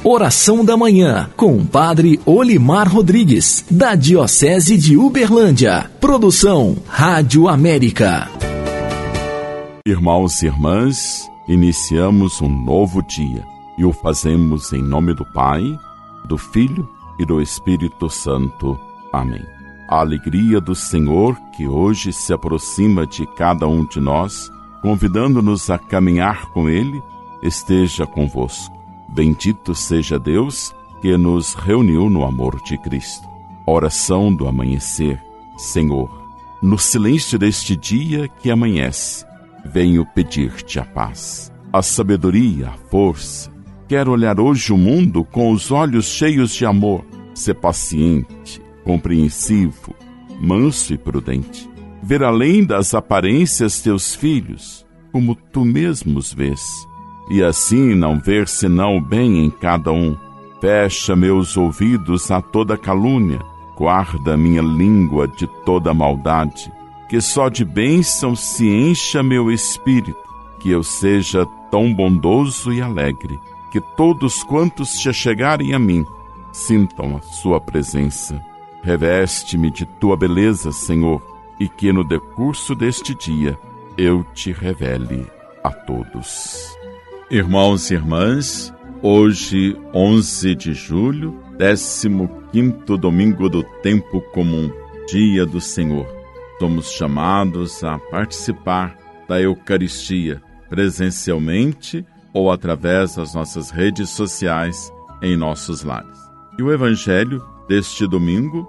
Oração da Manhã, com o Padre Olimar Rodrigues, da Diocese de Uberlândia. Produção Rádio América. Irmãos e irmãs, iniciamos um novo dia e o fazemos em nome do Pai, do Filho e do Espírito Santo. Amém. A alegria do Senhor, que hoje se aproxima de cada um de nós, convidando-nos a caminhar com Ele, esteja convosco. Bendito seja Deus que nos reuniu no amor de Cristo. Oração do amanhecer. Senhor, no silêncio deste dia que amanhece, venho pedir-te a paz, a sabedoria, a força. Quero olhar hoje o mundo com os olhos cheios de amor, ser paciente, compreensivo, manso e prudente. Ver além das aparências teus filhos, como tu mesmo os vês. E assim não ver senão o bem em cada um. Fecha meus ouvidos a toda calúnia, guarda minha língua de toda maldade, que só de bênção se encha meu espírito, que eu seja tão bondoso e alegre, que todos quantos se achegarem a mim, sintam a sua presença. Reveste-me de tua beleza, Senhor, e que no decurso deste dia eu te revele a todos. Irmãos e irmãs, hoje, 11 de julho, 15º domingo do tempo comum, dia do Senhor. Somos chamados a participar da Eucaristia, presencialmente ou através das nossas redes sociais em nossos lares. E o Evangelho deste domingo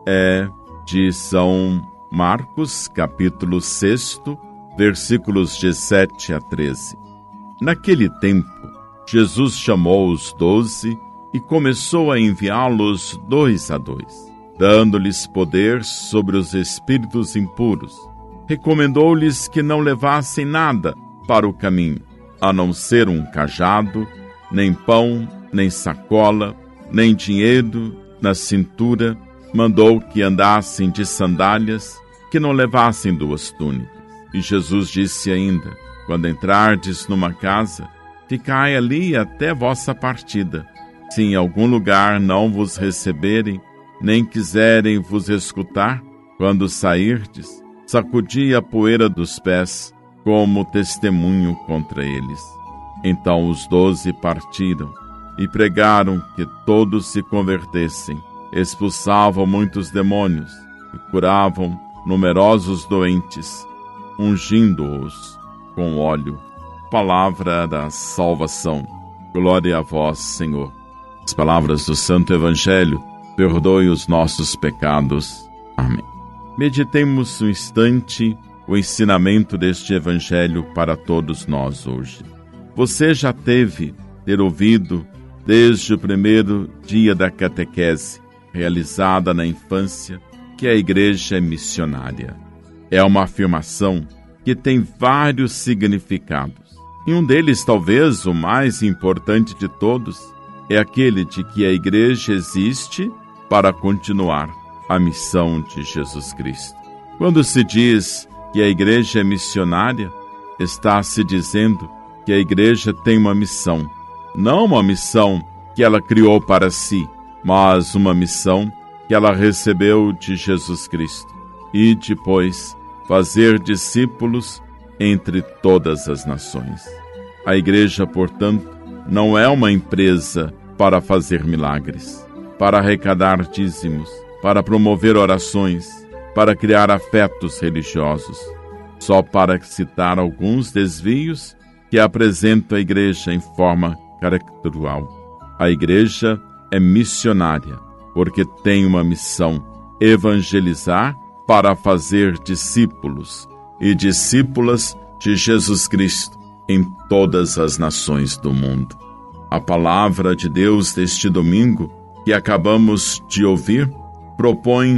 é de São Marcos, capítulo 6, versículos de 7 a 13. Naquele tempo, Jesus chamou os 12 e começou a enviá-los 2 a 2, dando-lhes poder sobre os espíritos impuros. Recomendou-lhes que não levassem nada para o caminho, a não ser um cajado, nem pão, nem sacola, nem dinheiro na cintura. Mandou que andassem de sandálias, que não levassem 2 túnicas. E Jesus disse ainda: quando entrardes numa casa, ficai ali até vossa partida. Se em algum lugar não vos receberem, nem quiserem vos escutar, quando sairdes, sacudi a poeira dos pés, como testemunho contra eles. Então os 12 partiram e pregaram que todos se convertessem, expulsavam muitos demônios e curavam numerosos doentes, ungindo-os com óleo. Palavra da salvação. Glória a vós, Senhor. As palavras do Santo Evangelho, perdoe os nossos pecados. Amém. Meditemos um instante o ensinamento deste Evangelho para todos nós hoje. Você já teve ter ouvido, desde o primeiro dia da catequese, realizada na infância, que a Igreja é missionária. É uma afirmação que tem vários significados. E um deles, talvez o mais importante de todos, é aquele de que a Igreja existe para continuar a missão de Jesus Cristo. Quando se diz que a Igreja é missionária, está se dizendo que a Igreja tem uma missão. Não uma missão que ela criou para si, mas uma missão que ela recebeu de Jesus Cristo. E depois fazer discípulos entre todas as nações. A Igreja, portanto, não é uma empresa para fazer milagres, para arrecadar dízimos, para promover orações, para criar afetos religiosos, só para citar alguns desvios que apresentam a Igreja em forma caricatural. A Igreja é missionária, porque tem uma missão: evangelizar para fazer discípulos e discípulas de Jesus Cristo em todas as nações do mundo. A palavra de Deus deste domingo, que acabamos de ouvir, propõe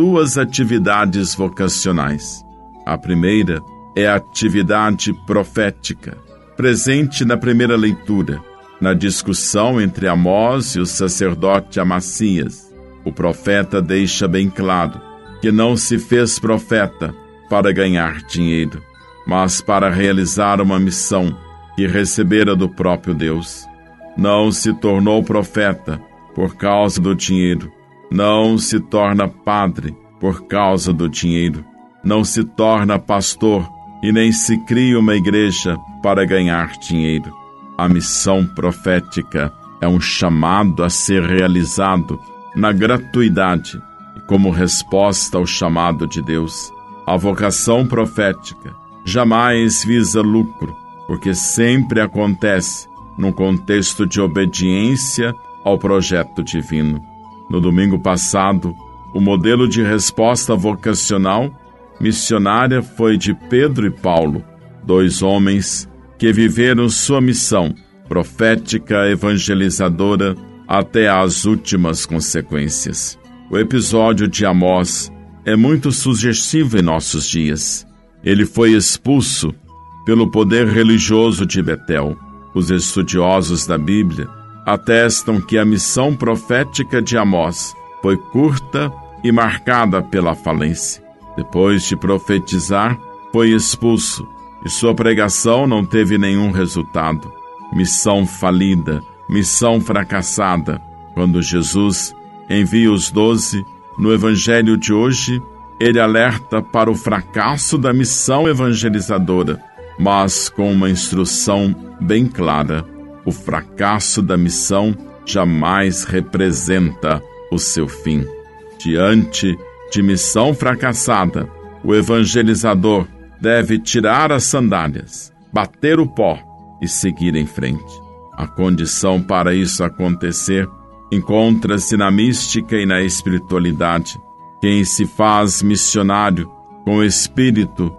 2 atividades vocacionais. A primeira é a atividade profética, presente na primeira leitura, na discussão entre Amós e o sacerdote Amacias. O profeta deixa bem claro que não se fez profeta para ganhar dinheiro, mas para realizar uma missão que recebera do próprio Deus. não se tornou profeta por causa do dinheiro, não se torna padre por causa do dinheiro, não se torna pastor e nem se cria uma igreja para ganhar dinheiro. A missão profética é um chamado a ser realizado na gratuidade e como resposta ao chamado de Deus. A vocação profética jamais visa lucro, porque sempre acontece num contexto de obediência ao projeto divino. No domingo passado, o modelo de resposta vocacional missionária foi de Pedro e Paulo, 2 homens que viveram sua missão profética evangelizadora até as últimas consequências. O episódio de Amós é muito sugestivo em nossos dias. Ele foi expulso pelo poder religioso de Betel. Os estudiosos da Bíblia atestam que a missão profética de Amós foi curta e marcada pela falência. Depois de profetizar, foi expulso e sua pregação não teve nenhum resultado. Missão falida, missão fracassada. Quando Jesus envia os 12, no Evangelho de hoje, ele alerta para o fracasso da missão evangelizadora, mas com uma instrução bem clara. O fracasso da missão jamais representa o seu fim. Diante de missão fracassada, o evangelizador deve tirar as sandálias, bater o pó e seguir em frente. A condição para isso acontecer encontra-se na mística e na espiritualidade. Quem se faz missionário com o espírito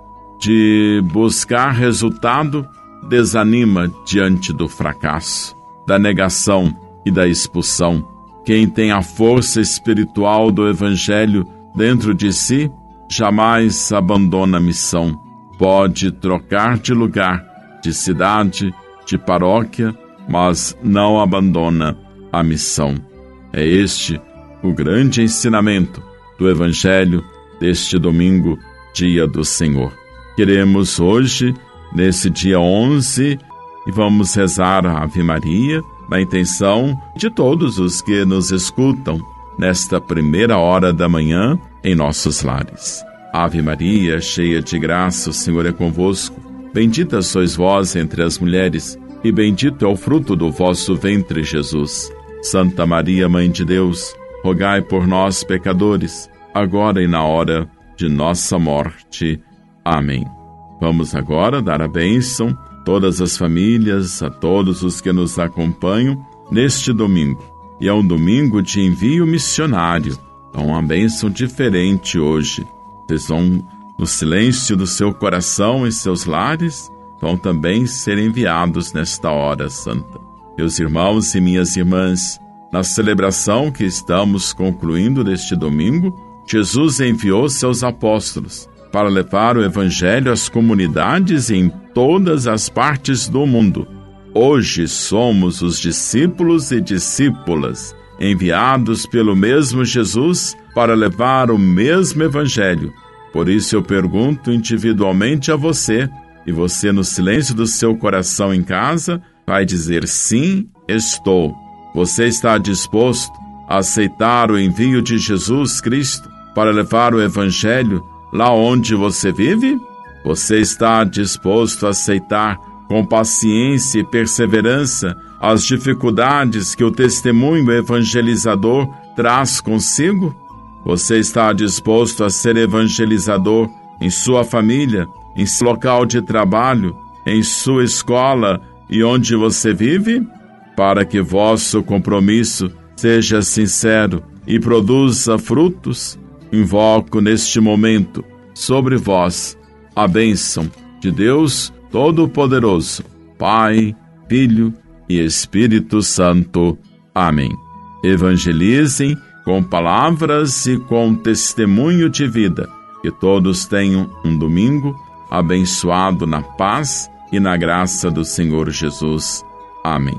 de buscar resultado desanima diante do fracasso, da negação e da expulsão. Quem tem a força espiritual do Evangelho dentro de si jamais abandona a missão. Pode trocar de lugar, de cidade, de paróquia, mas não abandona a missão. É este o grande ensinamento do Evangelho deste domingo, dia do Senhor. Queremos hoje, nesse dia 11, e vamos rezar a Ave Maria, na intenção de todos os que nos escutam nesta primeira hora da manhã em nossos lares. Ave Maria, cheia de graça, o Senhor é convosco. Bendita sois vós entre as mulheres, e bendito é o fruto do vosso ventre, Jesus. Santa Maria, Mãe de Deus, rogai por nós, pecadores, agora e na hora de nossa morte. Amém. Vamos agora dar a bênção a todas as famílias, a todos os que nos acompanham neste domingo. E é um domingo de envio missionário, então uma bênção diferente hoje. Vocês vão, no silêncio do seu coração e seus lares, vão também ser enviados nesta hora santa. Meus irmãos e minhas irmãs, na celebração que estamos concluindo neste domingo, Jesus enviou seus apóstolos para levar o Evangelho às comunidades em todas as partes do mundo. Hoje somos os discípulos e discípulas, enviados pelo mesmo Jesus para levar o mesmo Evangelho. Por isso eu pergunto individualmente a você, e você no silêncio do seu coração em casa vai dizer: sim, estou. Você está disposto a aceitar o envio de Jesus Cristo para levar o Evangelho lá onde você vive? Você está disposto a aceitar com paciência e perseverança as dificuldades que o testemunho evangelizador traz consigo? Você está disposto a ser evangelizador em sua família, em seu local de trabalho, em sua escola e onde você vive? Para que vosso compromisso seja sincero e produza frutos, invoco neste momento sobre vós a bênção de Deus Todo-Poderoso, Pai, Filho e Espírito Santo. Amém. Evangelizem com palavras e com testemunho de vida. Que todos tenham um domingo abençoado na paz e na graça do Senhor Jesus. Amém.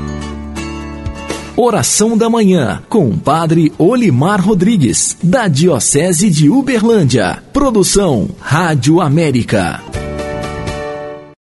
Oração da Manhã, com o Padre Olimar Rodrigues, da Diocese de Uberlândia. Produção Rádio América.